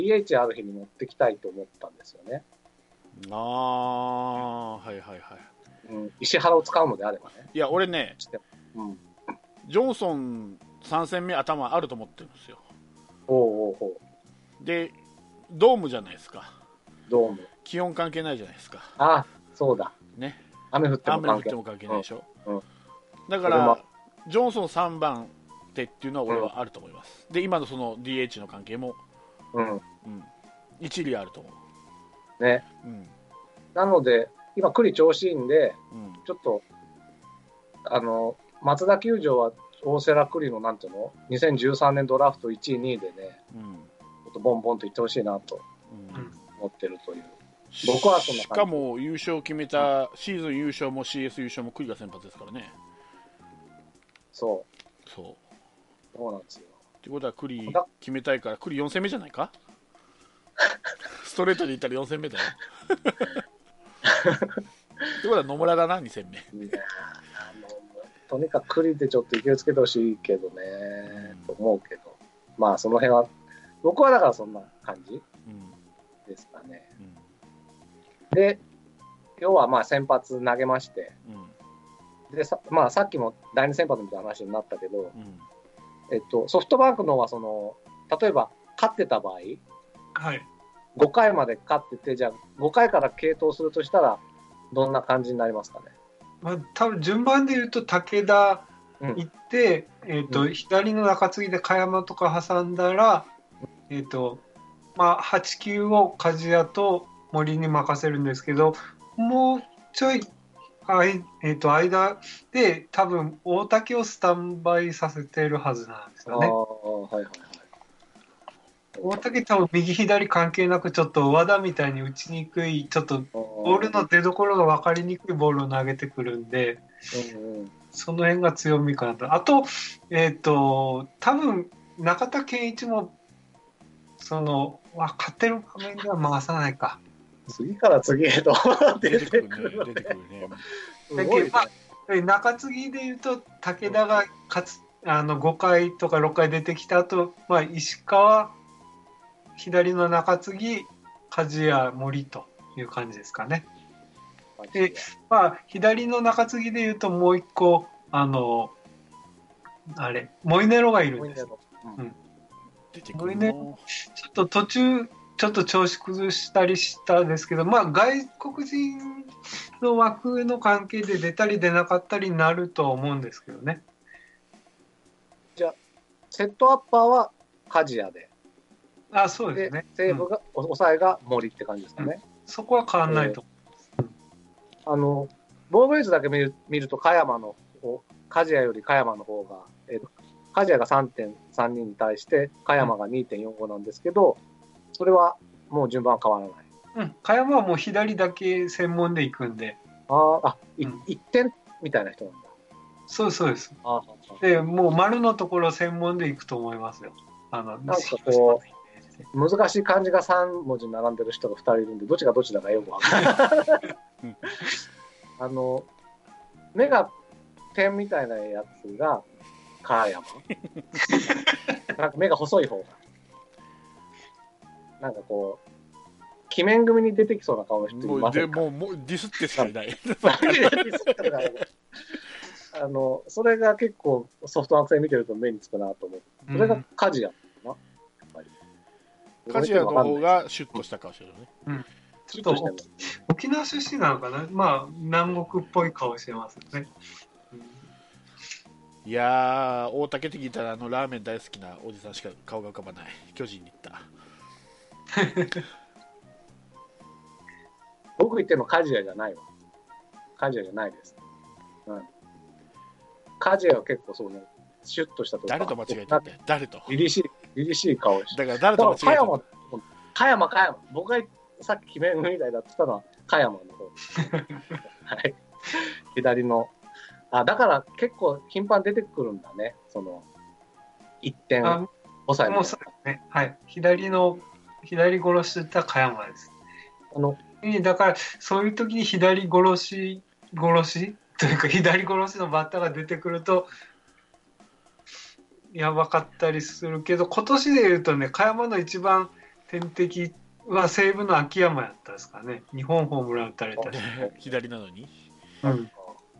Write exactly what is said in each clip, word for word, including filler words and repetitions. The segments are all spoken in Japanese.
ディーエイチ ある日に持ってきたいと思ったんですよね。 ああ、はいはいはい。 うん、石原を使うのであればね。 いや俺ね、 うん、 ジョンソンさん戦目頭あると思ってるんですよ。 おうおうおう。 でドームじゃないですか。 ドーム。 気温関係ないじゃないですか。 あ、そうだ。 ね。 雨降っても関係ない。 雨降っても関係ないでしょ。 うんうん、 だからジョンソンさんばん手っていうのは俺はあると思います。うん、で今のその ディーエイチ の関係も、 うんうん、 一理あると思う。 ね。うん、なので今栗調子いいんで、うん、ちょっとあの松田球場は大瀬良栗のなんていうのにせんじゅうさんねんドラフトいちいにいでね、うん、ちょっとボンボンといってほしいなと思ってるという、うん、僕はそんな感じ。 しかも優勝を決めたシーズン優勝も シーエス 優勝も栗が先発ですからね。 そうそうそうなんですよ。 ってことは栗決めたいから栗よん戦目じゃないかストレートで言ったらよん戦目だよってことは野村だなに戦目。いやあのとにかく栗でちょっと勢いつけてほしいけどね、うん、と思うけど、まあその辺は僕はだからそんな感じ、うん、ですかね、うん、で今日はまあ先発投げまして、うん、で さ,、まあ、さっきもだいに先発みたいな話になったけど、うん、えっと、ソフトバンクのはその例えば勝ってた場合、 はい、 ごかいまで勝ってて、じゃあごかいから継投するとしたらどんな感じになりますかね。 まあ、多分順番で言うと武田行って、うん、えーとうん、左の中継ぎで茅山とか挟んだら、えーとまあ、はちきゅうを梶谷と森に任せるんですけど、もうちょいあい、えーと間で多分大竹をスタンバイさせてるはずなんですよね。あ、はいはいはい、大竹多分右左関係なくちょっと和田みたいに打ちにくいちょっとボールの出所が分かりにくいボールを投げてくるんで、うんうん、その辺が強みかなと。あと、えっと、多分中田健一もそのわ勝てる場面では回さないか。 次から次へと出てくる出てくるね。 だけど、まあ、中継ぎでいうと武田が勝つあのごかいとかろっかい出てきた後、まあ石川左の中継ぎ梶谷森という感じですかね。で、まあ、左の中継ぎでいうともう一個あのあれモイネロがいるんです。うん、モイネロちょっと途中ちょっと調子崩したりしたんですけど、まあ外国人の枠の関係で出たり出なかったりになると思うんですけどね。 じゃあセットアッパーは梶谷で。 あ、そうですね。 西武が、うん、抑えが森って感じですかね。うん、 そこは変わらないと思います。 えー、あの防御率だけ見る、見ると加山の梶谷より加山の方が、えー、梶谷が さんてんさんに に対して加山が にてんよんご なんですけど、それはもう順番は変わらない。 うん、加山はもう左だけ専門で行くんで。 ああ、うん、いってんみたいな人なんだ。 そうそうです。あでもう丸のところ専門で行くと思いますよ。あのなんかこう難しい漢字がさん文字並んでる人がふたりいるんで、どっちがどっちだかよくわからないあの目が点みたいなやつが加山なんか目が細い方がなんかこう鬼面組に出てきそうな顔の人いませんか。 もう、もうディスってしかいないあのそれが結構ソフトバンク戦見てると目につくなと思って、それが梶谷かな、 梶谷の方がシュッとした顔してるね。 うん、ちょっと沖縄出身なのかな、まあ南国っぽい顔してますよね。うん、 いやー、大竹って聞いたらあのラーメン大好きなおじさんしか顔が浮かばない。巨人に行った。 僕言ってるの梶谷じゃないわ。梶谷じゃないです。うん。梶谷は結構そうね、シュッとしたとこ誰と間違えたって。誰と。 凛々しい凛々しい顔して。 だから誰と間違えた。 加山加山僕がさっき決めみたいだって言ったのは加山の方はい左のあだから結構頻繁に出てくるんだね、そのいってん抑えもそうですね、はい、左の左殺しといった加山です。あのだからそういう時に左殺し殺しというか左殺しのバッターが出てくるとやばかったりするけど、今年でいうとね、加山の一番天敵は西武の秋山やったですかね。日本ホームラン打たれたし。 左なのに、 うん、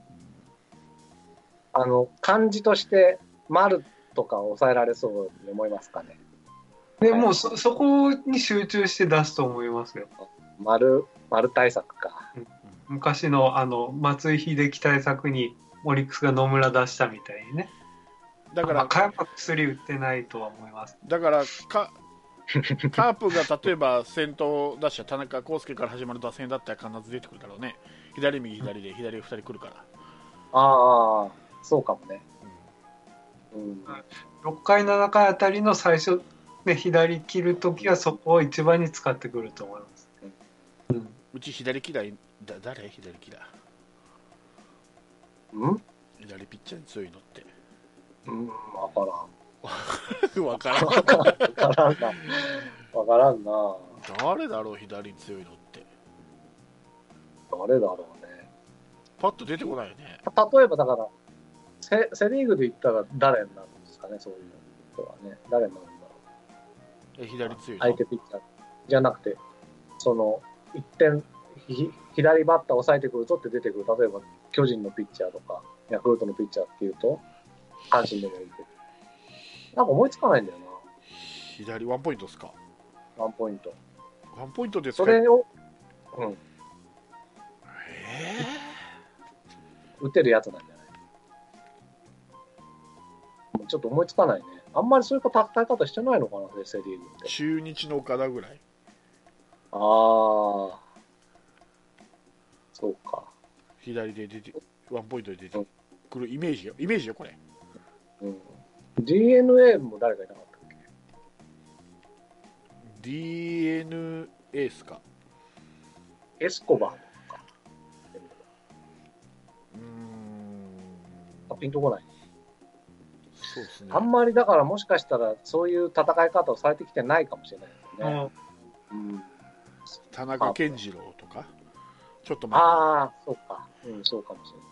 あの漢字として丸とか抑えられそうに思いますかね。 でもう そ, そこに集中して出すと思いますよ。 丸丸対策か。 昔のあの松井秀喜対策にオリックスが野村出したみたいにね。 だからカープ薬打ってないとは思います。 だからかカープが例えば先頭打者田中康介から始まる打線だったら必ず出てくるだろうね。左右左で左がふたり来るから。 ああ、そうかもね。 うんうん、ろっかいななかいあたりの最初、ね、左切るときはそこを一番に使ってくると思います。 うん、うち左利きだ、だ誰左利きだ。 うん左ピッチャーに強いのって。 うん、わからん。 わからん。 わからんな。わからんな。 誰だろう、左に強いのって。 誰だろうね。 パッと出てこないよね。 例えばだから、セ, セリーグで言ったら誰になるんですかね、そういう人はね。誰になるんだろう。 え、左強いの？ 相手ピッチャーじゃなくて、その、一点、左バッター抑えてくるとって出てくる。例えば、巨人のピッチャーとか、ヤクルトのピッチャーっていうと、阪神でもいいけど。なんか思いつかないんだよな。 左ワンポイントですか？ ワンポイント。 ワンポイントですか？ それを、うん。 えー、打てるやつなんじゃない？ちょっと思いつかないね。あんまりそういう戦い方してないのかな、セリーグって。 中日の岡田ぐらい。 ああ、そうか。 左で出て、ワンポイントで出てくるイメージよ。イメージよ、これ。 うん。ディーエヌエー も誰かいなかったっけ？ ディーエヌエー っすか？ エスコバーとか。 うーん。 あ、ピンとこない。 そうですね。 あんまりだからもしかしたらそういう戦い方をされてきてないかもしれないですね。うん、 田中健次郎とかちょっと前。 ああ、そうか。うん、そうかもしれない。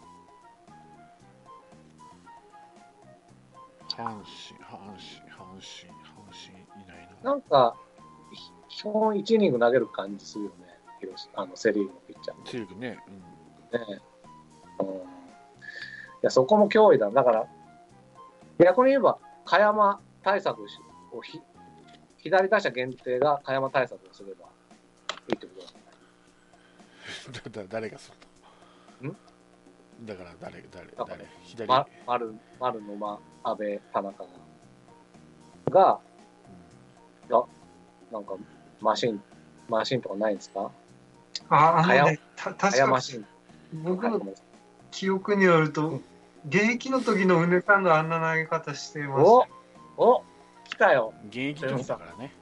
阪神、阪神、阪神、阪神いないな。 なんか、基本いちイニング投げる感じするよね。あのセリーグのピッチャー。 セリーグね。 うん。ねえ。うん。いや、そこも脅威だ。だから、逆に言えば、香山対策をひ、左打者限定が香山対策をすればいいってことだね。 だ誰がするの？ んだから誰、誰、誰左。ま、丸、丸の間、安倍、田中が、が、うん、あ、なんか、マシン、マシンとかないんですか？ あ、あのね、た確かマシン。 僕の記憶によると、うん、現役の時の宇根さんがあんな投げ方してました。 おお来たよ。 現役時だからね。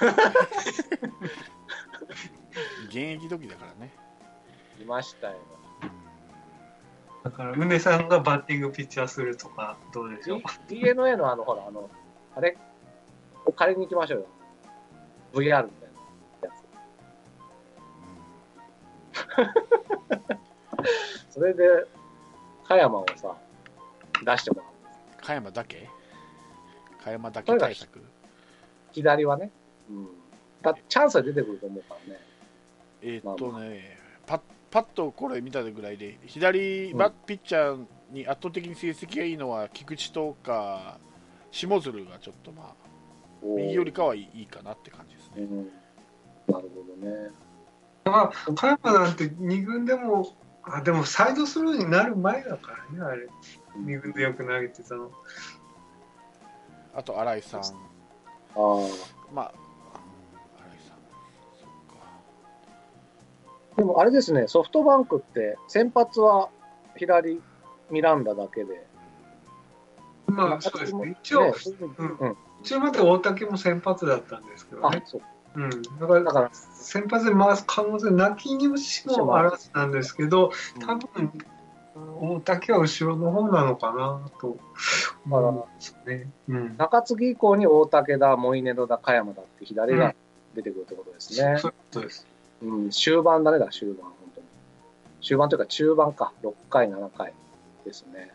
現役時だからね。 いましたよ。 だから、宇根さんがバッティングピッチャーするとか、どうでしょう。 ディーエヌエー のあの、ほら、あの、あれ、借りに行きましょうよ。ブイアール みたいなやつ。それで、香山をさ、出してもらうんです。 香山だけ香山だけ対策。 左はね。うん。だチャンスは出てくると思うからね。 えー、っとね、まあまあ、パッ、パッとこれ見たぐらいで、左バッ、うん、ピッチャーに圧倒的に成績がいいのは、菊池とか、下鶴がちょっとまあ、右よりかはいいかなって感じですね。うん、 なるほどね。 まあ、香山なんてに軍でも、あ、でもサイドスローになる前だからね、あれ。に軍でよく投げてたの。 あと、新井さん。ああ。 まあ、新井さん。そっか。 でもあれですね、ソフトバンクって先発は左ミランダだけで。 まあ、そうですね。一応、ね、うんうん、一応まで大竹も先発だったんですけどね。 あ、そう。 うん、だから、だから先発で回す可能性なきにしもあらずなんですけど、多分、大竹は後ろの方なのかなと思うんですね。うん、 中継ぎ以降に大竹だ、モイネロだ、香山だって左が出てくるってことですね。 うん、そういうことです。 うん、終盤だねだ、終盤、本当に。終盤というか中盤か、ろっかい、ななかいですね。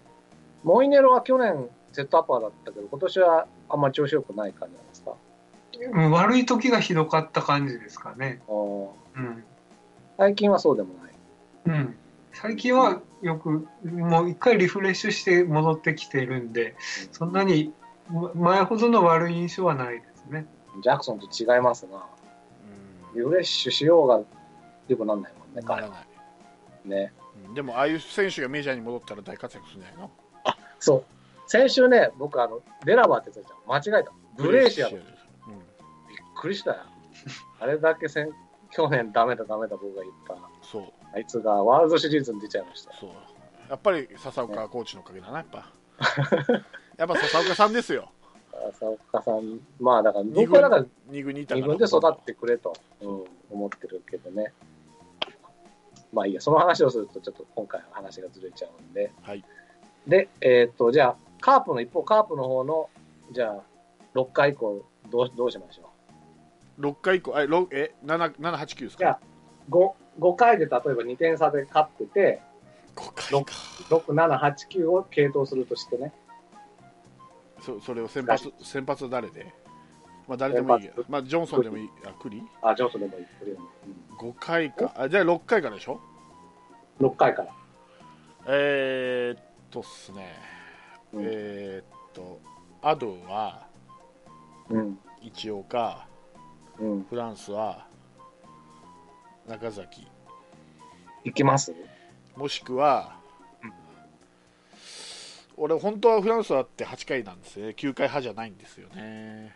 モイネロは去年セットアッパーだったけど、今年はあんまり調子よくない感じなんですか？ 悪い時がひどかった感じですかね。 うん、最近はそうでもない。 うん、最近はよくもう一回リフレッシュして戻ってきているんで、そんなに前ほどの悪い印象はないですね。 ジャクソンと違いますな。うん、リフレッシュしようがよくなんないもんね、 ならない。 ね、 うん、でもああいう選手がメジャーに戻ったら大活躍するんじゃないの？ あ、そう。先週ね、僕あのデラバーって言ってたじゃん。間違えた。ブレーシアだ。うん、びっくりしたよ。あれだけ先去年ダメだダメだ僕が言った。 そう。 あいつがワールドシリーズに出ちゃいました。 そう。やっぱり笹岡コーチのおかげだな、やっぱ。やっぱ笹岡さんですよ。 笹岡さん、まあだから僕はだからに軍にいたからに軍で育ってくれと、うん、思ってるけどね。まあいいや、その話をするとちょっと今回の話がずれちゃうんで。 はい。 で、えっと、じゃあ、カープの一方、カープの方の、じゃあ、ろっかい以降、どう、どうしましょう。ろっかい以降、え、えなな、なな、はち、きゅうですか？ じゃあ、ご、ごかいで例えばにてん差で勝ってて、 ごかいか。 ろく、なな、はち、きゅうを継投するとしてね。 そ, それを先発、先発誰で？まあ誰でもいいけど、まあジョンソンでもいい、あ、クリ？ あ、ジョンソンでもいい。クリ、うん、 ごかいか。あ、じゃあろっかいからでしょ？ ろっかいから。 えー、っとっすね、うん、えー、っと、アドは、 うん、 一岡、 うん、 フランスは、中崎。 いきます？ もしくは、うん、俺、本当はフランスはあってはちかいなんですよね。きゅうかい派じゃないんですよね。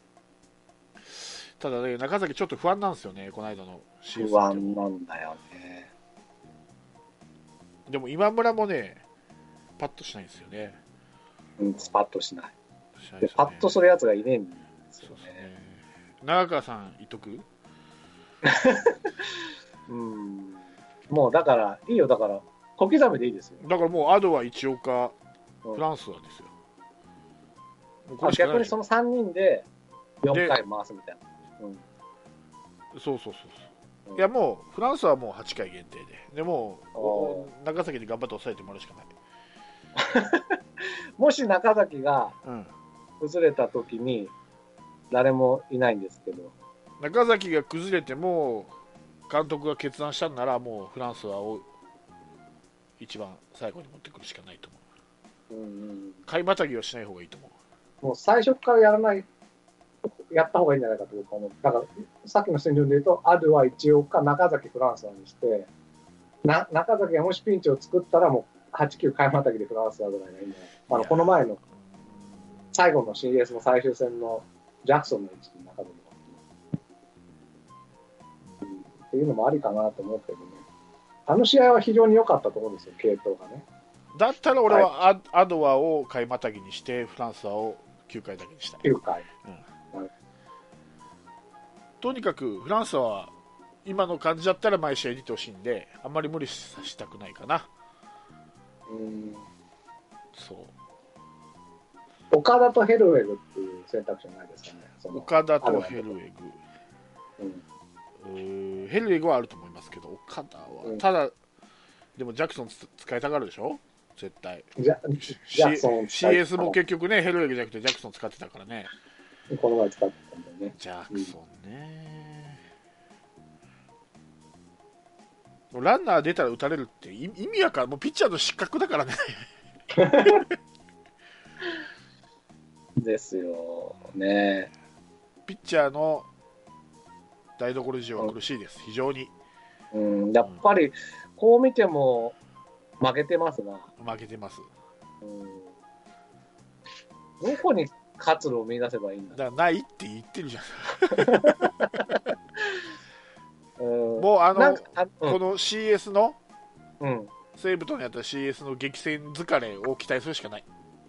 ただね、中崎ちょっと不安なんですよね、この間のシーズン。 不安なんだよね。 でも今村もね、パッとしないんですよね。 うん、スパッとしない。しないですよね。でパッとするやつがいねえんですよね。ね、 長川さん、言っとくうん。もうだから、いいよ、だから、小刻みでいいですよ。 だからもう、アドは一岡、うん、フランスはですよ。 これ逆にそのさんにんでよんかい回すみたいな。うん、 そうそうそうそう、うん、いやもうフランスはもうはちかい限定で、でも長崎で頑張って抑えてもらうしかないもし中崎が崩れた時に誰もいないんですけど、 うん、中崎が崩れても監督が決断したんならもうフランスは一番最後に持ってくるしかないと思う。うん、うん、買いまたぎはしない方がいいと思う。 もう最初からやらない、やった方がいいんじゃないかと僕は思う。だから、さっきの戦術で言うと、アドは一応か中崎フランスはにして、な中崎がもしピンチを作ったら、もうはち、きゅう買いまたぎでフランスはぐらいがいいんじゃない。あのこの前の最後の シーエス の最終戦のジャクソンの位置に中崎が、うん、っていうのもありかなと思うけどね。あの試合は非常に良かったと思うんですよ、系統がね。 だったら俺はア、はい、アドワを買いまたぎにして、フランスはをきゅうかいだけにしたい。 きゅうかい、 うん、はい、とにかくフランスは今の感じだったら毎試合出てほしいんで、あんまり無理させたくないかな。 うん、 そう。 岡田とヘルウェグっていう選択肢はないですかね。その岡田とヘルウェグ、うん、ヘルウェグはあると思いますけど、岡田は、うん、ただでもジャクソン使いたがるでしょ絶対。ジャジャクソン シーエス も結局ね、ヘルウェグじゃなくてジャクソン使ってたからね。 この前使ってたんだよね。 ジャクソンね、うん、ランナー出たら打たれるって意味やから、もうピッチャーの失格だからねですよね。 ピッチャーの台所事情は苦しいです、うん、非常に。 うん、やっぱりこう見ても負けてますな。 負けてます、 うん、どこに活路を見出せばいいんだ。 だからないって言ってるじゃん、うん、もうあのあ、うん、この シーエス の、うん、西武とのやった シーエス の激戦疲れを期待するしかない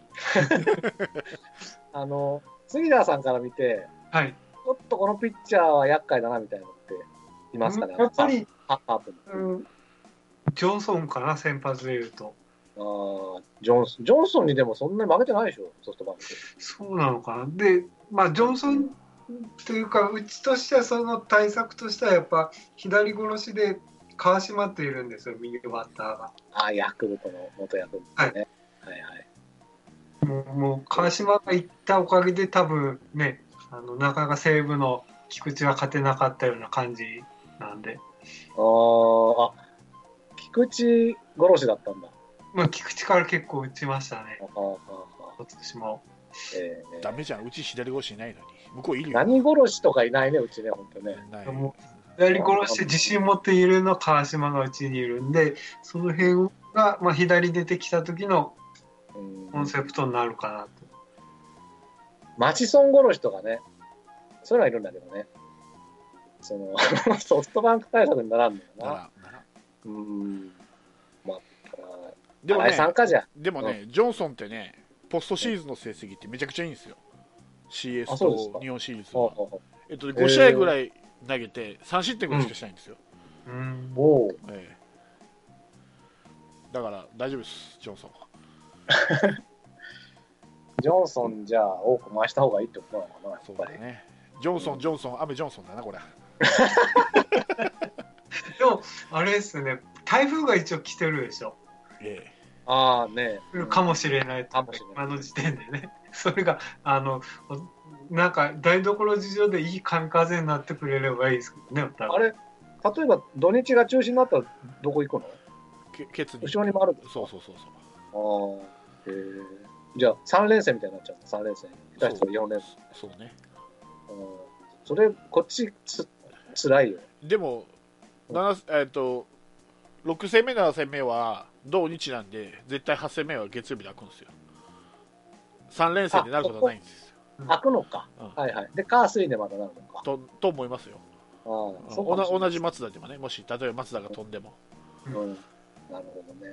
あの杉田さんから見て、 はい、 ちょっとこのピッチャーは厄介だなみたいなのっていますかね。 やっぱりハープ、うん、ジョンソンかな、先発でいうと。 あジョンソン、ジョンソンにでもそんなに負けてないでしょ、ソフトバンク。 そうなのかな。で、まあ、ジョンソンというか、うちとしてはその対策としては、やっぱ左殺しで川島っているんですよ、右バッターが。 ああ、ヤクルトの元ヤクルトね。はい、はいはい。 もう、もう川島が行ったおかげで、多分ね、 あのなかなか西武の菊池は勝てなかったような感じなんで。 あーあ、菊池殺しだったんだ。 まあ、菊池から結構打ちましたね。 ああああ今年も。 えー、 ダメじゃん、うち左腰いないのに。向こういるよ。 何殺しとかいないね、うちね、本当ね。 ないもう左殺して自信持っているの川島がうちにいるんで、その辺が、まあ、左出てきた時のコンセプトになるかなと。 マチソン殺しとかね、そういうのはいるんだけどね。そのソフトバンク対策にならんのよな。ならうーん。まあ、 でもね、 参加じゃでもね、うん、ジョンソンってね、ポストシーズンの成績ってめちゃくちゃいいんですよ。シーエス と日本シリーズは。えっと、ご試合ぐらい投げてさん失点ぐらいしかしないんですよ。 うん、 おー、 ええ、だから大丈夫です、ジョンソンは。 ジョンソンじゃあ多く回した方がいいってことなのかな、やっぱり。 そうだね。ジョンソン、ジョンソン、アメジョンソンだな、これ。 でも、あれですね、台風が一応来てるでしょ。 ええ。 ああね。 かもしれないと、あの時点でね。それが、あの、なんか台所事情でいい神風になってくれればいいですけどね、 あれ、例えば土日が中止になったらどこ行くの？ けケツに。 後ろに回る。 そうそうそうそう。ああ、へえ。じゃあさん連戦みたいになっちゃうの、さん連戦。下手したらよん連戦。 そうね。 うん。それ、こっちつ、つらいよ。 でも、ななえっと、ろく戦目、なな戦目は同日なんで、絶対はち戦目は月曜日で開くんですよ。さん連戦でなることはないんですよ。 開くのか、うん。はいはい。で、火水でまたなるのか。 と、と思いますよ。 ああ、そう、うん、同じ松田でもね、もし、例えば松田が飛んでも。 うん。うん、なるほどね。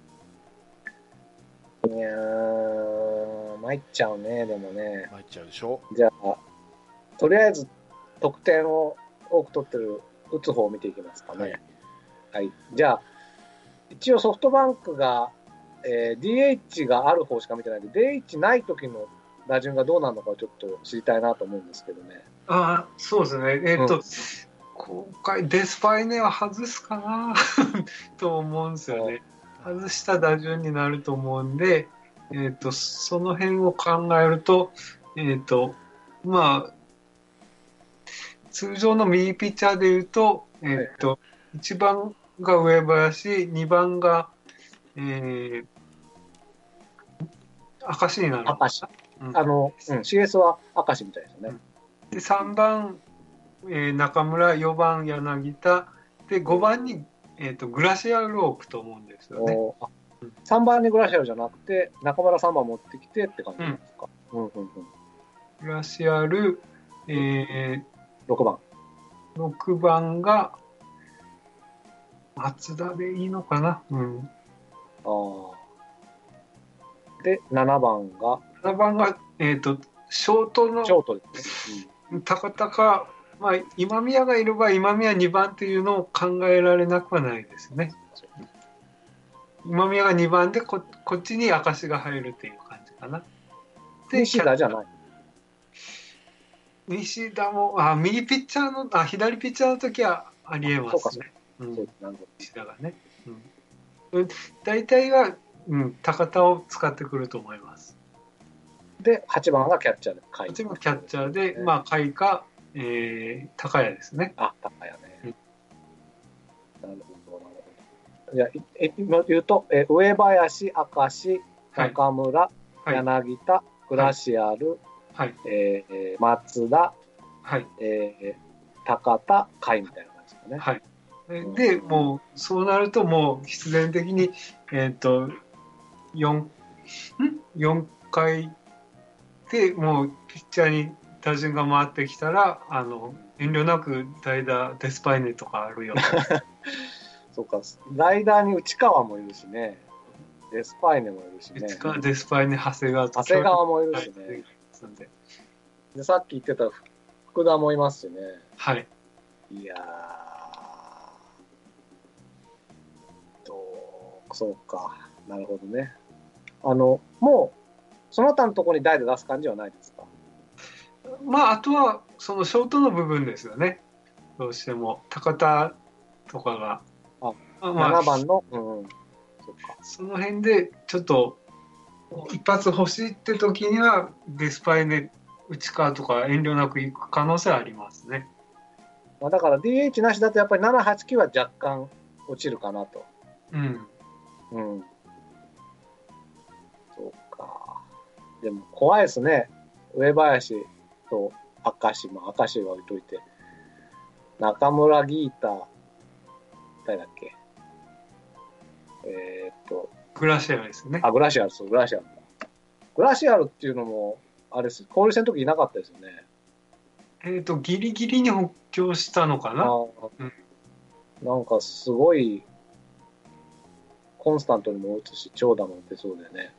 いやー、参っちゃうね、でもね。 参っちゃうでしょ。 じゃあ、とりあえず、得点を多く取ってる打つ方を見ていきますかね。はい。はい、じゃあ、一応ソフトバンクが、えー、ディーエイチ がある方しか見てないんで、ディーエイチ ない時の打順がどうなるのかをちょっと知りたいなと思うんですけどね。 ああ、そうですね。えー、っと、うん、今回デスパイネは外すかなと思うんですよね。外した打順になると思うんで、えー、っと、その辺を考えると、えー、っと、まあ、通常の右ピッチャーでいうと、えー、っと、はい、いちばんが上林、にばんが、えー、明石になるのかな。 明石。うん、あの、うん、シーエス は明石みたいですよね。 で、さんばん、えー、中村、よばん柳田、で、ごばんに、えー、とグラシアルを置くと思うんですよね。 うん、さんばんにグラシアルじゃなくて、中村さんばん持ってきてって感じなんですか。うんうんうん、 グラシアル、えー、 ろくばん。 ろくばんが、松田でいいのかな。うん。 ああ。で、ななばんが。 ななばんが、えっ、ー、と、ショートの。 ショートですね。 うん、高々、まあ、今宮がいれば今宮にばんっていうのを考えられなくはないですね。今宮がにばんでこ、こっちに明石が入るっていう感じかな。 で、西田じゃない。 西田も、あ、右ピッチャーの、あ、左ピッチャーの時はありえますね。うん、西田がね。うん。大体は、うん、高田を使ってくると思います。 で、はちばんがキャッチャーで、 甲斐。はちばんキャッチャーで、ね、まあ、甲斐か、えー、高谷ですね。 あ、高谷ね。うん、なるほど、なるほど。じゃあ、え今言うと、え上林、明石、中村、はい、柳田、グラシアル、 はいえー、松田、 はいえー、高田、甲斐みたいな感じですかね。 はい。で、もう、そうなると、もう、必然的に、えっと、よん、ん ?よん 回でもう、ピッチャーに打順が回ってきたら、あの、遠慮なく代打、デスパイネとかあるよ。 そうか、代打に内川もいるしね、デスパイネもいるしね。 内川、デスパイネ、長谷川長谷川もいるしね。で、さっき言ってた福田もいますしね。 はい。 いやー、と、そうか、なるほどね。あの、もう、その他のところに代で出す感じはないですか？ まあ、あとは、そのショートの部分ですよね。どうしても、高田とかが。 あ、まあ、ななばんの、うん、 そうか。その辺で、ちょっと、一発欲しいって時には、デスパイネ内川とか遠慮なく行く可能性はありますね。 まあ、だから ディーエイチ なしだとやっぱりなな、はち、きゅうは若干落ちるかなと。 うん。 うん。そうか。でも怖いですね。上林と明石、まあ明石は置いといて。中村ギータ、誰だっけ。えー、っと。 グラシアルですね。 あ、グラシアル、そう、グラシアル。グラシアルっていうのも、あれです、交流戦の時いなかったですよね。 えっと、ギリギリに補強したのかな、うん、 なんかすごい、コンスタントにも打つし、長打も打てそうでね。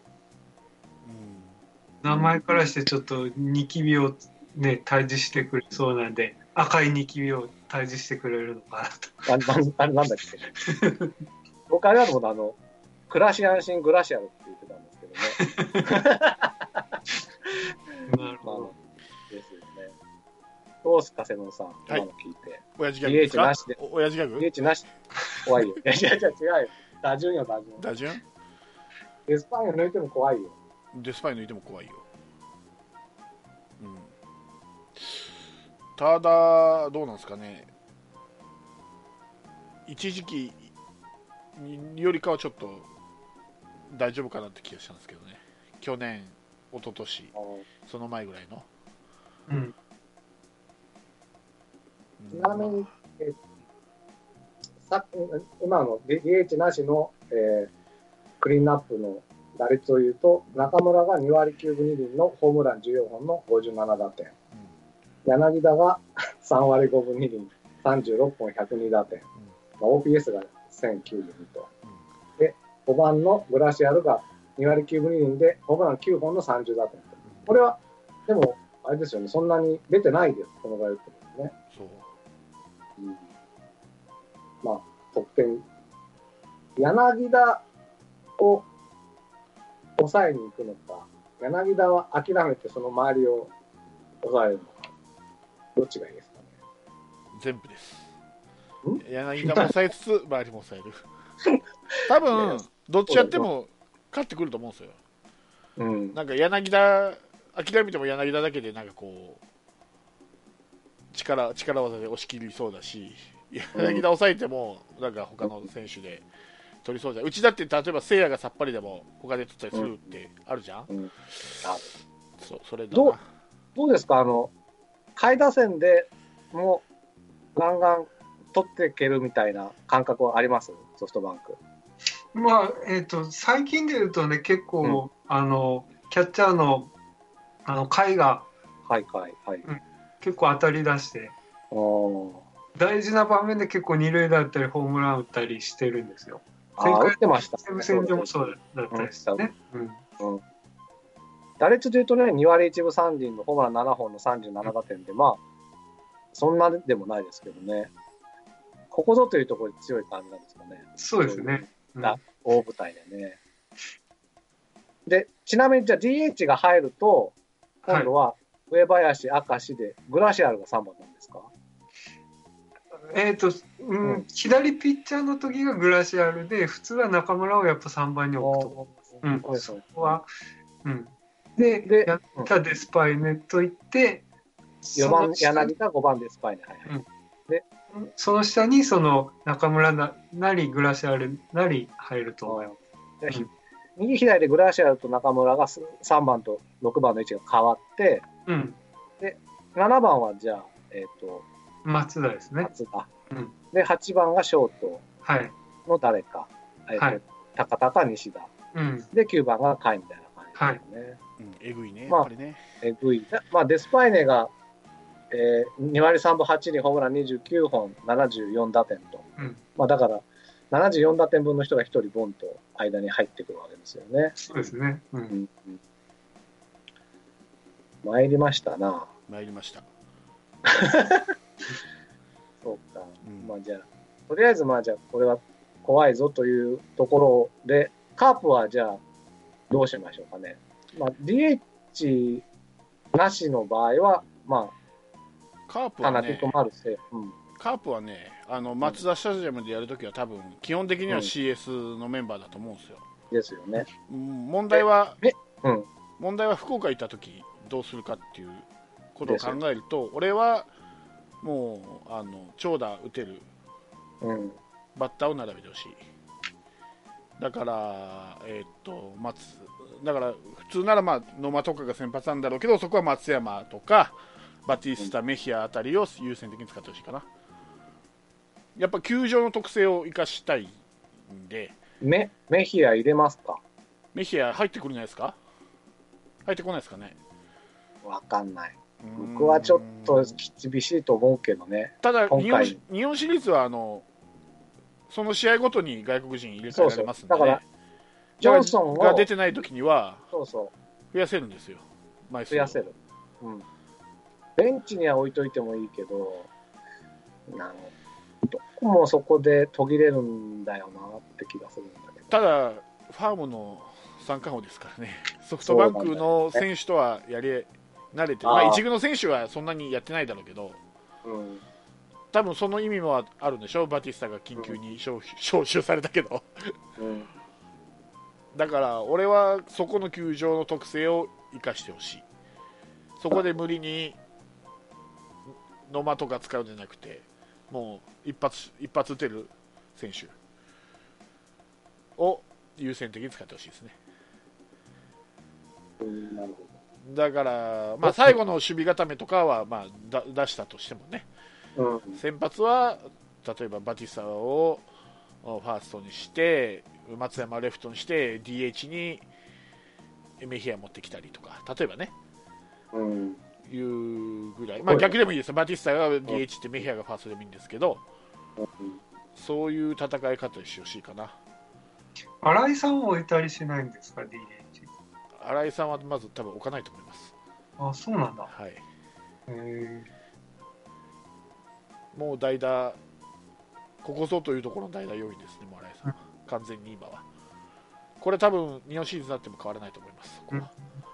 うん、名前からしてちょっとニキビをね、退治してくれそうなんで、赤いニキビを退治してくれるのかなと。 あれ、あれなんだっけ僕あれだと思うあの、暮らし安心グラシアルって言ってたんですけどね。 なるほど。 ですよね。どうすか、瀬野さん。今の聞いて。 親父ギャグですか？ ディーエイチ なしで。 親父ギャグ？ ディーエイチ なし。怖いよ。いや、違う違う違うよ。打順よ、打順。 打順？ デスパインを抜いても怖いよ。 デスパイン抜いても怖いよ。うん。ただ、どうなんですかね。一時期よりかはちょっと大丈夫かなって気がしたんですけどね。去年、一昨年、その前ぐらいの。 うん。 ちなみに、えさ今の ディーエイチ なしの、えー、クリーンアップの打率を言うと、中村がにわりきゅうぶにりんのホームランじゅうよんほんのごじゅうななだてん、うん、柳田がさんわりごぶにりんさんじゅうろっぽんひゃくにだてん、うんまあ、オーピーエス がせんきゅうじゅうにと、うん、でごばんのグラシアルがにわりきゅうぶにりんでホームランきゅうほんのさんじゅうだてんと、これはでもあれですよね、そんなに出てないです、この場合打ってますね。そう、うん、まあ得点、柳田を抑えに行くのか、柳田は諦めてその周りを抑えるのか、どっちがいいですかね。 全部です。柳田も抑えつつ周りも抑える。多分どっちやっても勝ってくると思うんですよ。うん、なんか柳田諦めても柳田だけでなんかこう力力技で押し切りそうだし、柳田抑えてもなんか他の選手で取りそうじゃん。うちだって例えばせいやがさっぱりでも他で取ったりするってあるじゃん。うんうん、あそそれだな。 どうどうですか、あの下位打線でもうガンガン取っていけるみたいな感覚はあります？ソフトバンク。 まあえー、と最近で言うとね、結構、うん、あのキャッチャーのあの甲斐が、 はいはいはい、うん、 結構当たり出して、大事な場面で結構二塁だったりホームラン打ったりしてるんですよ。 前回の西武戦でもそうだったですね。 うんうん、打率でいうとね、にわりいちぶさんりんのホームランななほんのさんじゅうななだてんで、まあそんなでもないですけどね、ここぞというところに強い感じなんですかね。 そうですね。 うん、大舞台でね。で、ちなみにじゃあ ディーエイチ が入ると、今度は上林、明石で、グラシアルがさんばんなんですか？ えーとうんうん、左ピッチャーの時がグラシアルで、普通は中村をやっぱさんばんに置くと思います。うん、そこは、うん、で、でやったデスパイネといって、 よばん柳田、ごばんデスパイネ、はいはい、うん、 でその下にその中村 な, なりグラシアルなり入ると思います。 うん、右左でグラシアルと中村がさんばんとろくばんの位置が変わって、うん、でななばんはじゃあ、えーと松田ですね。 松田、うん、ではちばんがショートの誰か、はい、えーと高田か西田、うん、できゅうばんが甲斐みたいな感じですね。はい、 うん、えぐいね、 まあ、 やっぱりね。 えぐい。まあ、デスパイネが、えー、にわりさんぶはちりん、ホームランにじゅうきゅうほん、ななじゅうよんだてんと、うん、まあ、だからななじゅうよんだてんぶんの人がひとりボンと間に入ってくるわけですよね。 そうですね。うんうんうん、参りましたな。 参りました。 そうか、うん、まあじゃあとりあえずまあじゃあこれは怖いぞというところで、カープはじゃあどうしましょうかね。まあ ディーエイチ なしの場合はまあカープはね、 うん、 カープはね、あのマツダスタジアムでやるときは多分基本的には シーエス のメンバーだと思うんですよ。 うん、ですよね。 問題は、 うん、 問題は福岡行ったときどうするかっていうことを考えると、俺はもうあの長打打てるバッターを並べてほしい。だから、えー、っと松だから普通ならまあ野間とかが先発なんだろうけど、そこは松山とかバティスタ、メヒアあたりを優先的に使ってほしいかな。やっぱ球場の特性を生かしたいんで。 メメヒア入れますか？ メヒア入ってくるんじゃないですか？入ってこないですかね。 わかんない。僕はちょっと厳しいと思うけどね。 ただ日本、日本シリーズはあのその試合ごとに外国人入れ替えられますんで、ね、そうそうだからジョンソンが出てない時にはそうそう増やせるんですよ。 枚数増やせる、うん。ベンチには置いといてもいいけど、なんどこもそこで途切れるんだよなって気がするんだけど。 ただファームの三冠王ですからね。ソフトバンクの選手とはやり慣れてる、まあ、一軍の選手はそんなにやってないだろうけど、うん、多分その意味もあるんでしょ。バティスタが緊急に招集されたけど、うん、だから俺はそこの球場の特性を生かしてほしい。そこで無理に野間とか使うんじゃなくて、もう一発一発打てる選手を優先的に使ってほしいですね。 うん、なるほど。 だから、まあ、最後の守備固めとかは、まあ、だ出したとしてもね、うん、先発は例えばバティスタをファーストにして松山レフトにして ディーエイチ にメヒア持ってきたりとか、例えばね、うん、いうぐらい、まあ、逆でもいいですよ。バティスタが ディーエイチ ってメヒアがファーストでもいいんですけど、うん、そういう戦い方にしてほしいかな。 新井さんを置いたりしないんですか？ ディーエイチ。 新井さんはまず多分置かないと思います。 あ、そうなんだ。 はい。 へもう代打、ここぞというところの代打要員ですね、もう新井さんは。完全に今は。これ多分、日本シリーズになっても変わらないと思います、そこは。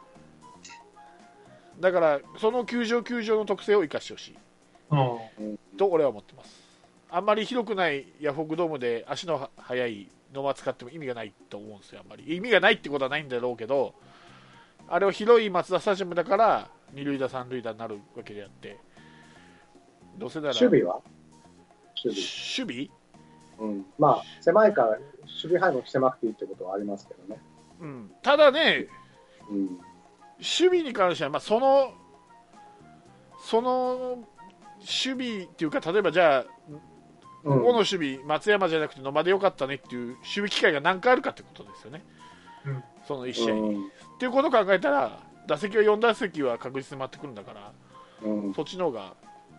うん、だから、その球場球場の特性を生かしてほしい、うん、と俺は思ってます。あんまり広くないヤフオクドームで足の速い野間使っても意味がないと思うんですよ。あんまり意味がないってことはないんだろうけど、あれは広いマツダスタジアムだから二塁打三塁打になるわけであって、どうせなら守備は守備、守備、 うん、まあ狭いから守備範囲も狭くていいってことはありますけどね、 うん、ただね、うん、守備に関しては、まあ、そのその守備っていうか、例えばじゃあここの守備、うん、松山じゃなくて野間でよかったねっていう守備機会が何回あるかってことですよね、うん、そのいち試合に、うん、っていうことを考えたら打席はよん打席は確実に回ってくるんだから、うん、そっちの方が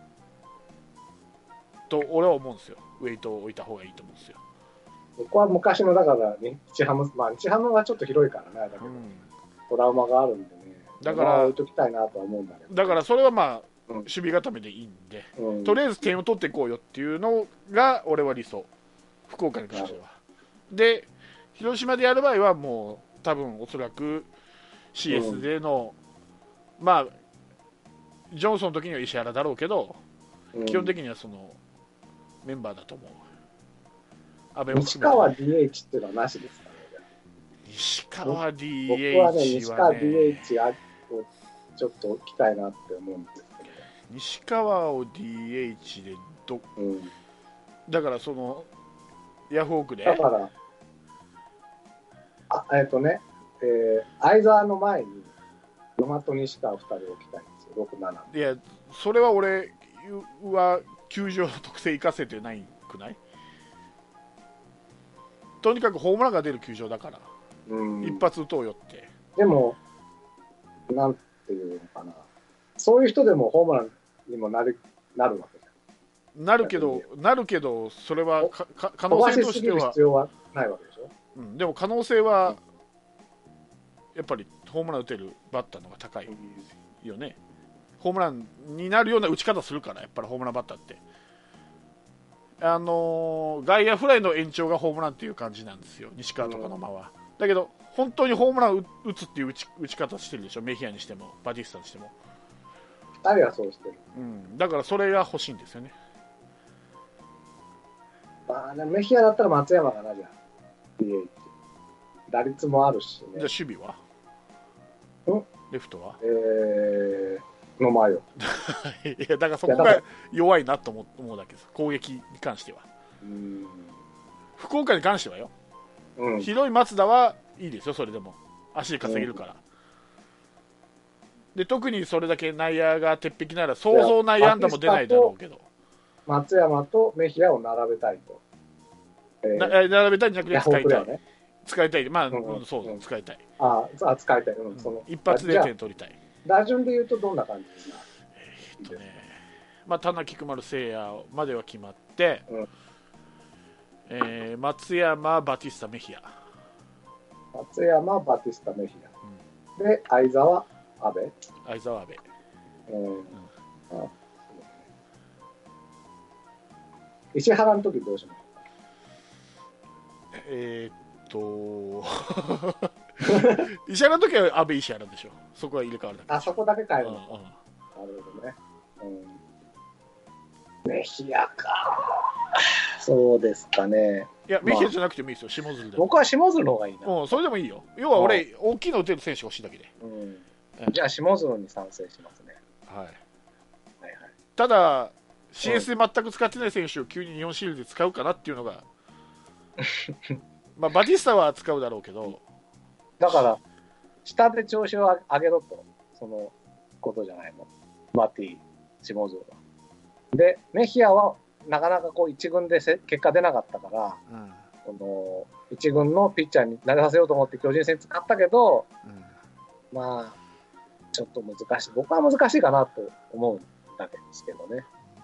と俺は思うんですよ。ウェイトを置いた方がいいと思うんですよ。 僕は昔のだから日ハム、まあ日ハムはちょっと広いからね、だけど、うん、トラウマがあるんでね、だから置いときたいなとは思うんだけど、 だからそれはまあ、うん、守備固めでいいんで、うん、とりあえず点を取っていこうよっていうのが俺は理想、福岡に関しては。で広島でやる場合はもう多分おそらく シーエス での、うん、まあジョンソンの時には石原だろうけど、うん、基本的にはそのメンバーだと思う。 安倍も西川 ディーエイチ っていうのはなしですかね。 西川 ディーエイチ は、ね、 僕はね西川 ディーエイチ をちょっと置きたいなって思うんですけど、 西川を ディーエイチ でど、うん、だからそのヤフオクでだからあえっ、ー、とね、えー、相沢の前に野間と西川ふたり置きたいんですよ。ろく、なな。 いやそれは俺は球場の特性生かせてないくない？とにかくホームランが出る球場だから、うん、一発打とうよって。 でもなんていうのかな、そういう人でもホームランにもなるなるわけじゃん。 なるけどなるけどそれはかか可能性としては必要はないわけでしょ。 うん、でも可能性はやっぱりホームラン打てるバッターの方が高いよね。ホームランになるような打ち方するから、やっぱりホームランバッターって、あのー、外野フライの延長がホームランっていう感じなんですよ、西川とかの間は。だけど本当にホームラン打つっていう打ち、打ち方してるでしょ、メヒアにしてもバティスタにしても。 ふたりはそうしてる、 うん、だからそれが欲しいんですよね。 まあね、メヒアだったら松山がなじゃん、ディーエイチ 打率もあるしね。 じゃあ守備は？ んレフトは？ えー、 の前よ。 いやだからそこが弱いなと思うだけです、攻撃に関しては。 うん、 福岡に関してはよ、 うん、 広い松田はいいですよ、それでも足で稼げるから、うん、で特にそれだけ内野が鉄壁なら想像内野安打も出ないだろうけど、 松山とメヒアを並べたいと、 えー、な並べたいんじゃなくて使いたい、ね、使いたい、まあ、うんうん、そうそう、使いたい、 ああ使いたい、うん、その一発で点取りたい。 打順でいうとどんな感じな、 えー、っとね、まあ、田中菊丸聖也までは決まって、うん、えー、松山、バティスタ、メヒア。 松山、バティスタ、メヒア。うん、で、相澤、阿部。 相澤、阿部。うんうん、あ、 石原の時どうしますか？ えー、っと石原の時は阿部石原でしょ。そこは入れ替わるだけ。 あ、そこだけ変えるのか。うんうん、なるほどね。うん、メヒアか。そうですかね。 いや、メヒアじゃなくてもいいですよ、下鶴で。 僕は下鶴の方がいいな。 うん、それでもいいよ。要は俺、大きいの打てる選手欲しいだけで。 うん、じゃあ、下鶴に賛成しますね。 はい。はいはい、ただ、シーエス で全く使ってない選手を急に日本シリーズで使うかなっていうのが、まあ、バティスタは使うだろうけど。 だから、下で調子を上げろと、そのことじゃないの。バティ、下鶴は。で、メヒアは、なかなかこう一軍で結果出なかったから、うん、この一軍のピッチャーに投げさせようと思って巨人戦使ったけど、うん、まあちょっと難しい、僕は難しいかなと思うんだけですけどね。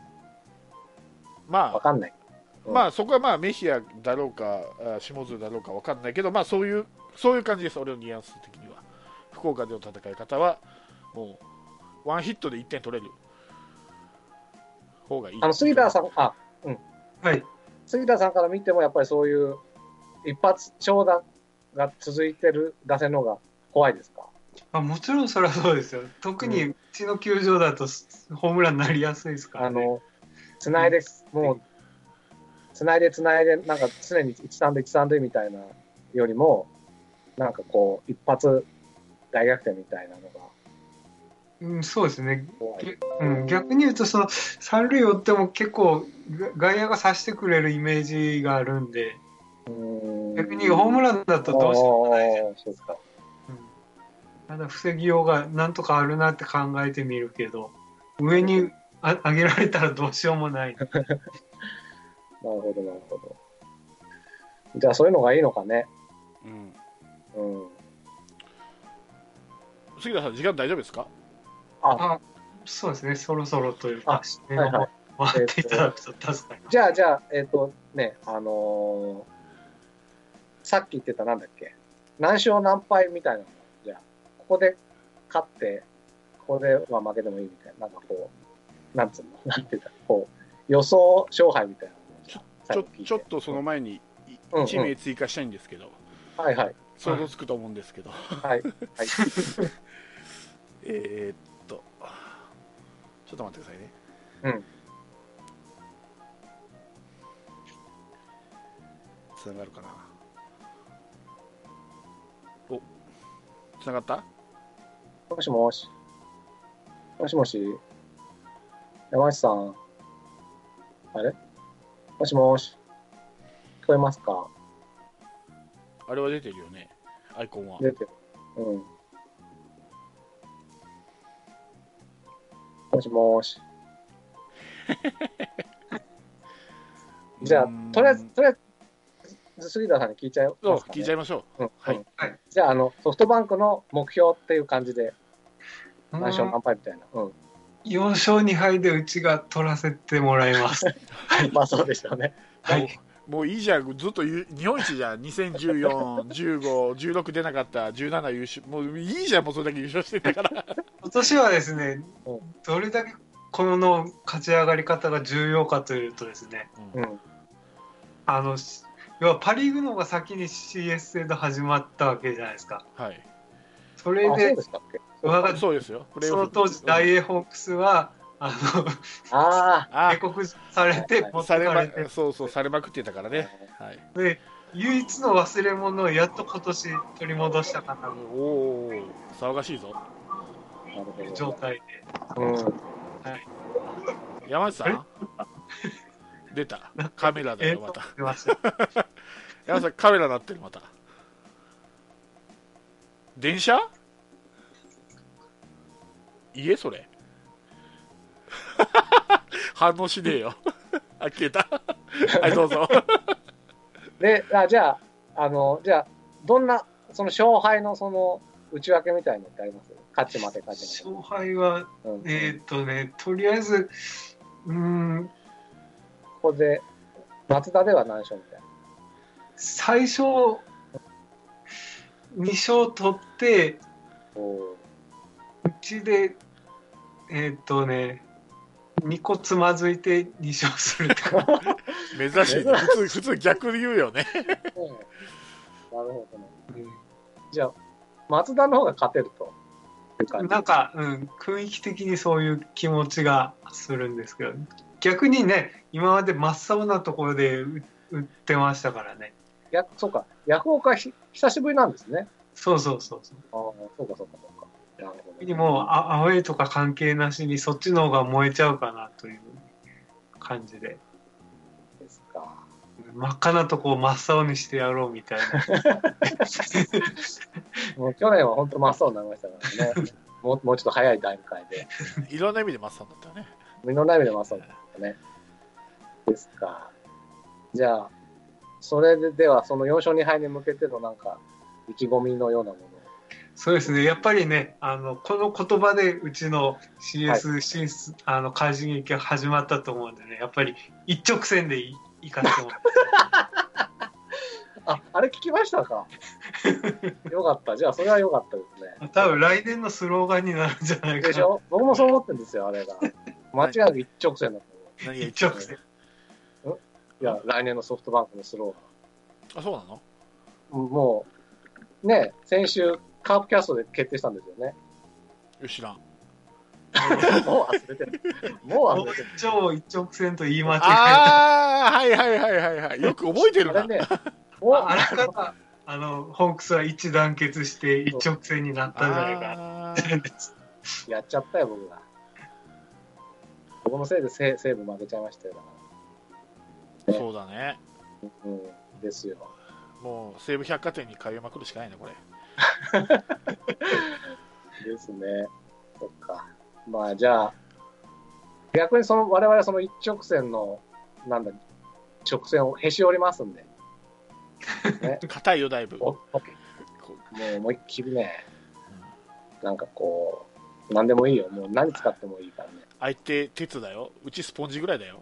まあ分かんない、 うん、まあそこはまあメヒアだろうか下津だろうか分かんないけど、まあそういうそういう感じです。俺のニュアンス的には福岡での戦い方はもうワンヒットでいってん取れる方がいい。 あの杉田さん、あ、うん、はい、杉田さんから見てもやっぱりそういう一発長打が続いてる打線の方が怖いですか？ あ、もちろんそれはそうですよ。特にうちの球場だとホームランになりやすいですからね。 あのつないで、うん、もうつないでつないでなんか常にいちさん塁いちさん塁みたいなよりもなんかこう一発大逆転みたいなのが。 うん、そうですね、うん、逆に言うとその三塁追っても結構外野が刺してくれるイメージがあるんで、うん逆にホームランだとどうしようもないじゃないですか。うん、ただ防ぎようがなんとかあるなって考えてみるけど上にあ上げられたらどうしようもない。なるほどなるほど。じゃあそういうのがいいのかね。 うん、うん、杉田さん時間大丈夫ですか？ あ、そうですね、そろそろというか、はいはい、回っていただくと助かります。 じゃあ、じゃあ、えっとね、あのー、さっき言ってたなんだっけ、何勝何敗みたいなの、じゃあ、ここで勝って、ここでは負けてもいいみたいな、なんかこう、なんつうの、なんて言ったら、こう、予想勝敗みたいなのちょちょ。ちょっとその前にいち名追加したいんですけど、 うんうん、はいはい。 想像つくと思うんですけど。はい。はい、えっと、ちょっと待ってくださいね。うん。つながるかな。お、つながった？ もしもし。もしもし。山内さん。あれ？もしもし。聞こえますか？ あれは出てるよね。アイコンは。 出てる。うん。もしもし。じゃあ、とりあえず、とりあえず、杉田さんに聞いちゃいますかね。 聞いちゃいましょう。うん、はい。 はい、じゃあ、あの、ソフトバンクの目標っていう感じで、何勝何敗みたいな。うん。 よん勝に敗でうちが取らせてもらいます。 はい。まあ、そうでしょうね。 はい。もういいじゃん、ずっと日本一じゃん、にせんじゅうよん、じゅうご、じゅうろく出なかった、じゅうなな優勝、もういいじゃん、もうそれだけ優勝してたから。 今年はですね、どれだけこの勝ち上がり方が重要かというとですね、うん、あの要はパ・リーグの方が先に シーエス 制度始まったわけじゃないですか。 はい。 それで、 そうですよ。 その当時、大英ホークスは、あのあ警告されて、 持ってかれて、そうそう、されまくってたからね。はい、 で、唯一の忘れ物をやっと今年取り戻したかな。 おお、騒がしいぞ。 いう状態で。 うん。 はい。 山内さん出た。カメラだよ、また。 出ました。 山内さん、カメラなってる、また。電車家それ反応しねえよ。あ、消えた。はい、どうぞ。 で、あ、じゃあ、あの、じゃあ、どんな、その勝敗のその内訳みたいなのってあります？勝ち負け、勝ち負け。 勝敗は、うん、えー、っとね、とりあえず、うーん、 ここで、松田では何勝みたいな。 最初、に勝取って、うちで、えー、っとね、にこつまずいてに勝する珍しいね。普通、普通逆に言うよね。 うん、なるほどね。うん、じゃあ、松田の方が勝てるという感じ。 なんか、うん、雰囲気的にそういう気持ちがするんですけど、逆にね、今まで真っ青なところで売ってましたからね。 や、そうか、ヤフオクはひ久しぶりなんですね。 そうそうそうそう。 ああ、そうかそうかそうか。なるほど、ね。 もうア、アウェイとか関係なしにそっちの方が燃えちゃうかなという感じで。 ですか。 真っ赤なとこを真っ青にしてやろうみたいな。 もう去年は本当真っ青になりましたからね。もう、もうちょっと早い段階で。 いろんな意味で真っ青だったよね。 いろんな意味で真っ青だったね。ですか。じゃあ、それでではそのよん勝に敗に向けてのなんか意気込みのようなもの。 そうですね。やっぱりね、あのこの言葉でうちの シーエス 進出、はい、あの快進撃が始まったと思うんでね、やっぱり一直線でいいかせてもらって。 あ、あれ聞きましたか。よかった。じゃあそれはよかったですね。 多分来年のスローガンになるんじゃないかな。 でしょ。僕もそう思ってるんですよ、あれが。間違いなく一直線だと思う。 一直線。 いや、来年のソフトバンクのスローガン。あ、そうなの？ もう、ね、先週、カープキャストで決定したんですよね。 よしらん。 もう忘れてる。もう忘れてる。 超一直線と言い間違えた。 ああ、はいはいはいはいはい。よく覚えてるな。 あれね、 あれからあのホークスは一致団結して一直線になったんじゃないかな。 やっちゃったよ、僕が。僕のせいで西西武負けちゃいましたよ。 ね、そうだね。 うん、ですよ。 もう西武百貨店に通いまくるしかないね、これ。 ですね。そっか。まあじゃあ、逆にその我々はその一直線の、なんだ、直線をへし折りますんで。 硬、ね、いよ、だいぶ。もう思いっきりね、なんかこう、なんでもいいよ。もう何使ってもいいからね。 相手、鉄だよ。うちスポンジぐらいだよ。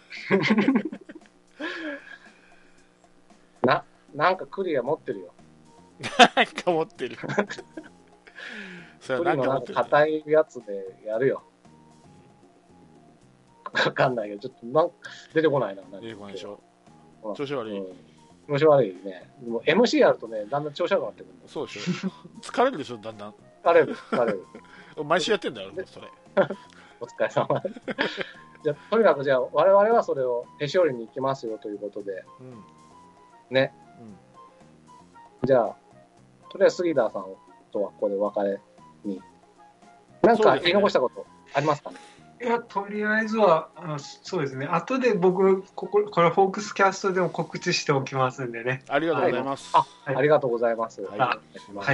な、なんかクリア持ってるよ。 なんか持ってる。 それはなんか持ってる。硬いやつでやるよ。わかんないけど、ちょっとなん出てこないな。 出てこないでしょ。調子悪い。うん、 調子悪いね。もう エムシー やるとね、だんだん調子悪くなってくるんだ。 そうでしょ。疲れるでしょ、だんだん。 疲れる、疲れる。 毎週やってんだよ、それ。 お疲れ様。じゃあ、とにかくじゃあ、我々はそれをへし折りに行きますよということで。うん、ね。うん、じゃあ、とりあえず杉田さんとはここでお別れに。なんか言い残したことありますかね。 いや、とりあえずは、あそうですね。後で僕、ここ、これ、フォークスキャストでも告知しておきますんでね。 ありがとうございます。 はい、あ、ありがとうございます。はい。 はい。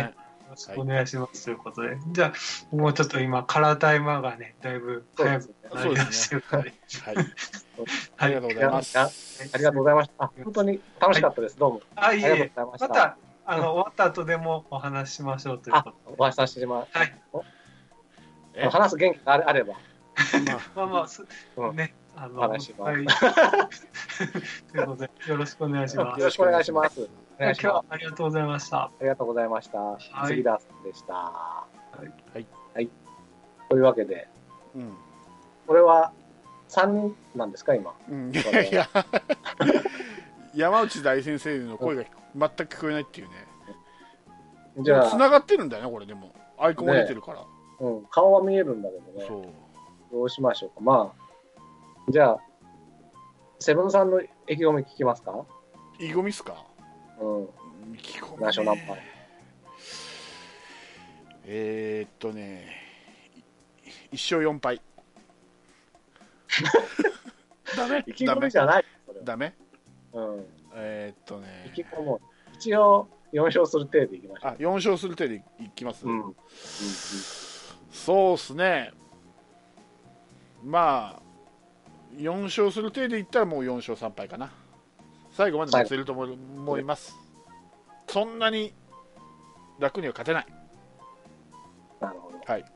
よろしくお願いします。ということで。じゃあ、もうちょっと今、カラータイマーがね、だいぶ早くなりだしてるので。はい。 ありがとうございます。 ありがとうございました。あ、本当に楽しかったです。どうも。 あ、いえいえ。また、あの、終わった後でもお話ししましょうということで。 お話しさせてもらう。 はい。 話す元気があれば。 まあまあ、ね、あの、 話します。 ということで、よろしくお願いします。 よろしくお願いします。 今日はありがとうございました。 ありがとうございました。杉田さんでした。 はい。 はい。というわけで、 うん、 これはさんにんなんですか、今。 うん、いや、山内大先生の声が全く聞こえないっていうね。じゃあ、繋がってるんだよね、これでも。アイコンが出てるから。 うん、顔は見えるんだけどね。 そう。 どうしましょうか。まあ、じゃあ、セブンさんの意気込み聞きますか？ 意気込みっすか？ うん。 意気込み、ね。 ナショナルパイ。 えー、っとね、 いっしょうよんぱいダメ意気込みじゃない。 ダメうん。 えー、っとね。 意気込もう。一応よん勝する程度でいきましょう。 あ、よん勝する程度でいきます。 うんうん、 そうですね。まあよん勝する程度でいったらもうよん勝さんぱいかな。最後まで持てると思います。そんなに楽には勝てない。 なるほど。 はい。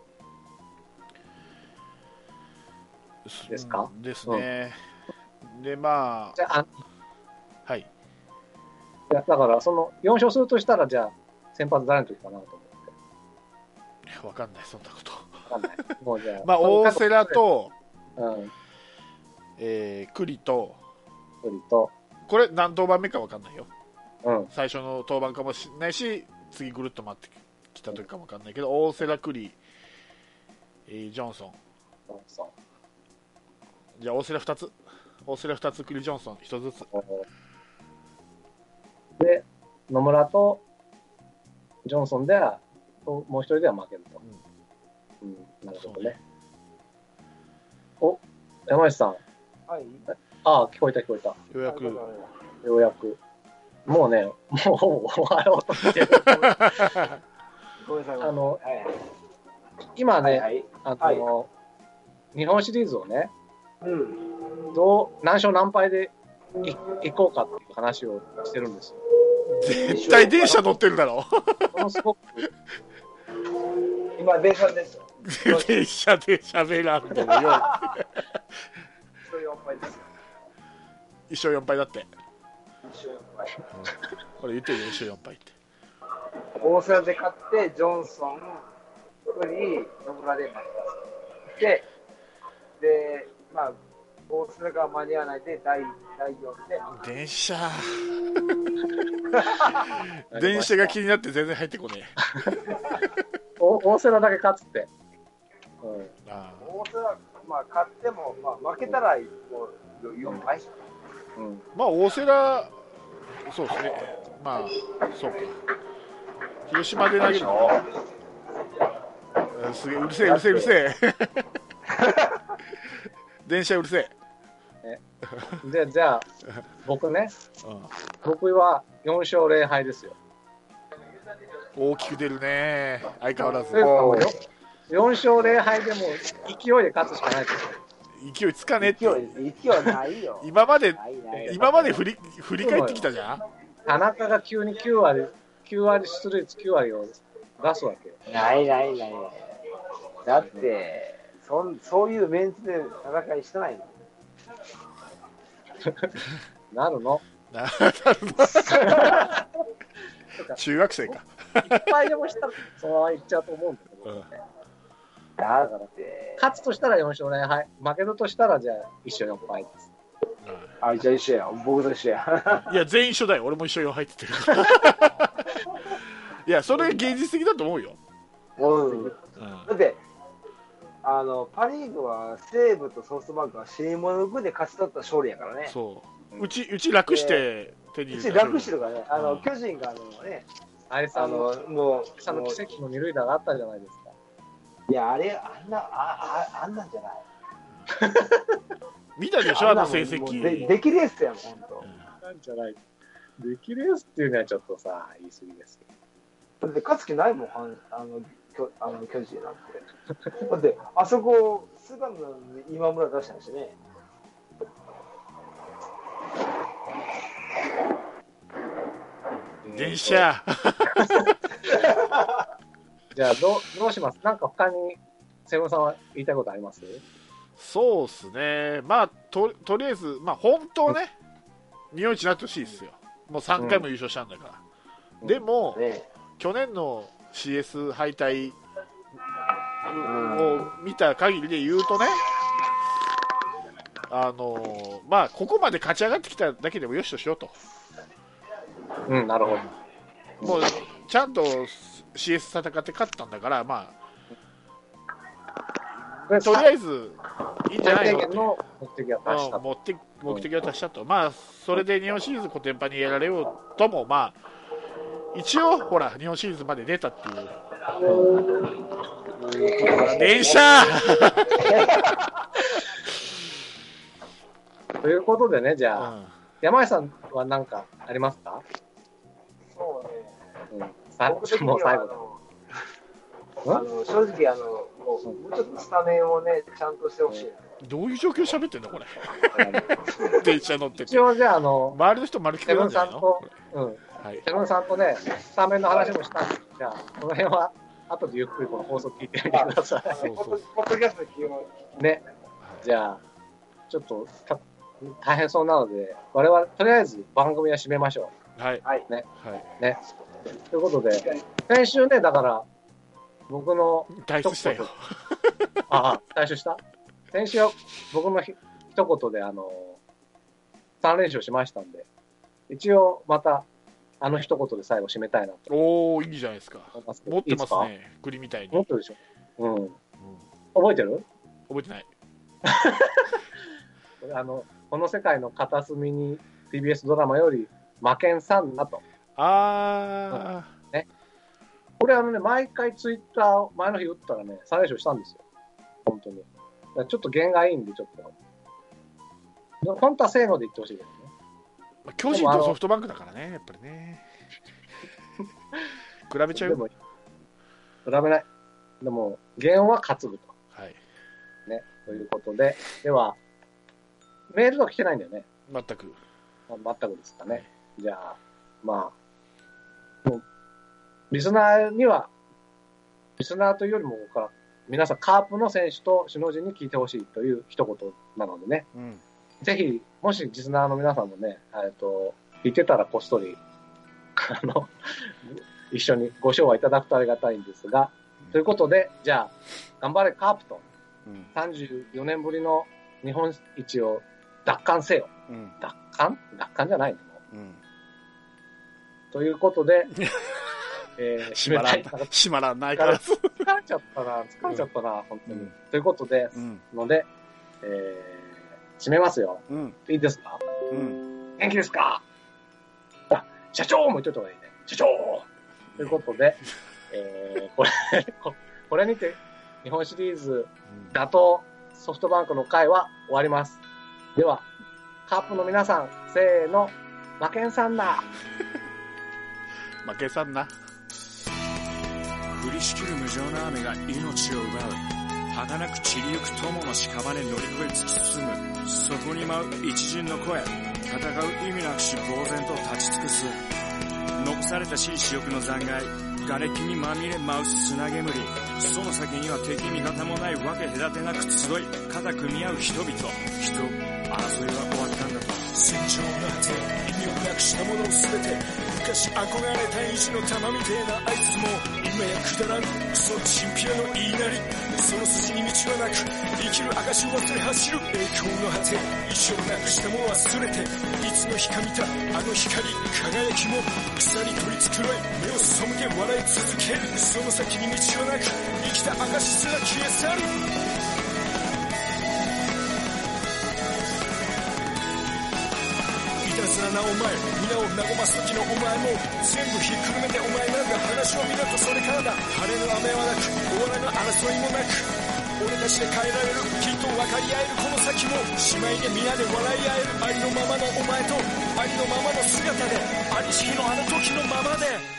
ですか？ ですね。うん、でまあ。 じゃあ、 はい。 いやだからそのよん勝するとしたらじゃあ先発誰の時かなと思って。 わかんないそんなこと。 わかんない。もうじゃあ。 まあ大瀬良と、 うん、 えー、栗と。 栗と。 これ何登板目かわかんないよ。 うん。 最初の登板かもしれないし、次ぐるっと待ってきた時かもわかんないけど、大瀬良栗、えー、ジョンソン。 ジョンソン。 じゃあ大瀬良ふたつ。大瀬良ふたつ、栗ジョンソンひとつずつ。 で、野村とジョンソンでは、もう一人では負けると。うん。うん、なるほどね。お、山内さん。 はい。 ああ、聞こえた聞こえた。ようやく。 ようやく。もうね、もう終わろうとしてる。 ごめんなさい。 あの、 はい、 今ね、 はいはい、 あの、はい、日本シリーズをね、 うん、 どう何勝何敗でい行こうかっていう話をしてるんですよ。 絶対電車乗ってるだろ。 ものすごく今電車ですよ。 電車で喋らんでもよい。いっ勝よん敗だって。いっ勝よん敗。 これ言ってるよ、いっ勝よん敗って。 大瀬良で勝って、ジョンソン、クリ、野村で負けた。で、で、まあ、大瀬良が間に合わないで、だいよんで。 電車。電車が気になって全然入ってこねえ。大瀬良だけ勝つって。 うん、あ大瀬良、まあ、勝っても、まあ、負けたらもうよん敗。 うん、まあ大瀬良、そうですね、まあそうか、広島で投げるの、すげえうるせえうるせえうるせえ電車うるせえでじゃあ僕ね、うん、僕はよん勝ぜろ敗ですよ。 大きく出るね、相変わらず。 よん勝ぜろ敗でも勢いで勝つしかないですよ。 勢いつかねえって。 勢いないよ。 今まで今まで振り振り返ってきたじゃん。 田中が急にきゅう割きゅう割出塁率きゅう割を出すわけよ。 ないないない。だってそそういうメンツで戦いしてないの。 なるの。 なるの。中学生か。 いっぱいでもしたらそのままいっちゃうと思うんだけど、ね。うんだから勝つとしたらよん勝ぜろ敗、負けるとしたらじゃあいっ勝よん敗です。 うん、あ、じゃあ一緒や、僕と一緒や。 いや全員一緒だよ、俺もいっ勝よん敗って言ってる。いやそれ現実的だと思うよ。 うんうん、だってあのパ・リーグは西武とソフトバンクはシーモノグで勝ち取った勝利やからね。 そううちうち楽して手に入れた。 うち楽してるからね。あの、うん、巨人があのね、 あれさんのもうさの奇跡の二塁打があったじゃないですか。 いやあれあんなあああんなんじゃない。 見たでしょあの成績。 でできレースやもん本当。なんじゃない。できレースっていうのはちょっとさ言い過ぎですけど。だって勝つ気ないもんあの巨あの巨人なんて。だってあそこ菅野の今村出したんしね。 電車。 じゃあどうどうします？なんか他に瀬尾さんは言いたいことあります？ そうですね。まあ と, とりあえずまあ本当ね、日本一になってほしいですよ。もうさんかいも優勝したんだから。うん、でも、ね、去年の シーエス 敗退を見た限りで言うとね、あのまあここまで勝ち上がってきただけでもよしとしようと。 うん、なるほど。もうちゃんと シーエス 戦って勝ったんだから、まあ、とりあえずいいんじゃないの目的は達したと、 目的、目的は達したと、うん、まあそれで日本シリーズコテンパンにやられようとも、まあ一応ほら日本シリーズまで出たっていういうことで電車ということでね、じゃあ、 うん、 山井さんは何かありますか？ そうね。 うん、さ僕的にもう最は後あのあの正直あのもう、もうちょっとスタメンをねちゃんとしてほしい。 どういう状況喋ってんのこれ電車乗ってて一応じゃあ、あの、 周りの人丸聞こえセブなんじゃないの？ ンさんと、うん、 はい、 セブンさんとね、スタメンの話もしたんで、じゃあ、この辺は後でゆっくりこの放送聞いてみてください。 そうそうポッドキャストで聞よう。 ね、じゃあ、ちょっとた大変そうなので、我々、とりあえず番組は締めましょはい、 はい。 ねはい、 う。ね。ということで、先週ね、だから、僕の退出したよ。 ああ、退出した先週は僕のひ一言で、あの、さん連勝しましたんで、一応また、あの一言で最後締めたいなとおー、いいじゃないですか。 思いますけど。 持ってますいいでね、栗みたいに。 すか？持ってるでしょ。うん。 うん、 覚えてる？ 覚えてない。 あの、この世界の片隅に ティービーエス ドラマより、魔剣さんなと。 あー、 ね。これあのね、毎回ツイッター、前の日打ったらね、さん連勝したんですよ。本当に。だからちょっと弦がいいんで、ちょっと。本当はせーので言ってほしいけどね。 巨人とソフトバンクだからね、やっぱりね。比べちゃう。 でも、比べない。でも、弦は担ぐと。 はい。 ね。ということで、では、メールが来てないんだよね。 全く。 ま全くですかね。じゃあ、まあ、もう、リスナーには、リスナーというよりも、僕から、皆さん、カープの選手と首脳陣に聞いてほしいという一言なのでね。 うん、 ぜひ、もしリスナーの皆さんもね、えっと、聞いてたらこっそり、あの、一緒にご賞はいただくとありがたいんですが、うん、ということで、じゃあ、頑張れカープと、うん、さんじゅうよねんぶりの日本一を奪還せよ。うん、奪還奪還じゃないの、うん、ということで、えー、締めたい。 閉まらないから。 疲れちゃったな、疲れちゃったな、うん、本当に、うん。ということですので、うん、えー、締めますよ。うん、いいですか？うん。元気ですか？あ、社長も言っといた方がいいね。社長ということで、えー、これ、これにて、日本シリーズ、打倒ソフトバンクの回は終わります。では、カープの皆さん、せーの、負けんさんな。 負けんさんな。 降りしきる無情な雨が命を奪う。儚く散りゆく友の屍乗り越え突き進む。そこに舞う一陣の声。戦う意味なくし呆然と立ち尽くす。残されたしい死翼の残骸。瓦礫にまみれ舞う砂煙。その先には敵味方もないわけ隔てなく集い肩組み合う人々。人、争いは終わったんだと。戦場の果て、意味をなくしたものすべて。昔憧れた意地の玉みてえなあいつも今やくだらんクソチンピラの言いなり。その筋に道はなく生きる証を忘れ走る栄光の果て。意地をなくしたもの忘れていつの日か見たあの光輝きも草に取り繕い目を背け笑い続ける。その先に道はなく生きた証すら消え去る。いたずらなお前皆を和ます時のお前も全部ひっくるめてお前なんだ。話を見ろとそれからだ。晴れの雨はなく終わらぬ争いもなく俺たちで変えられるきっと分かり合えるこの先も姉妹で皆で笑い合えるありのままのお前とありのままの姿でありし日のあの時のままで。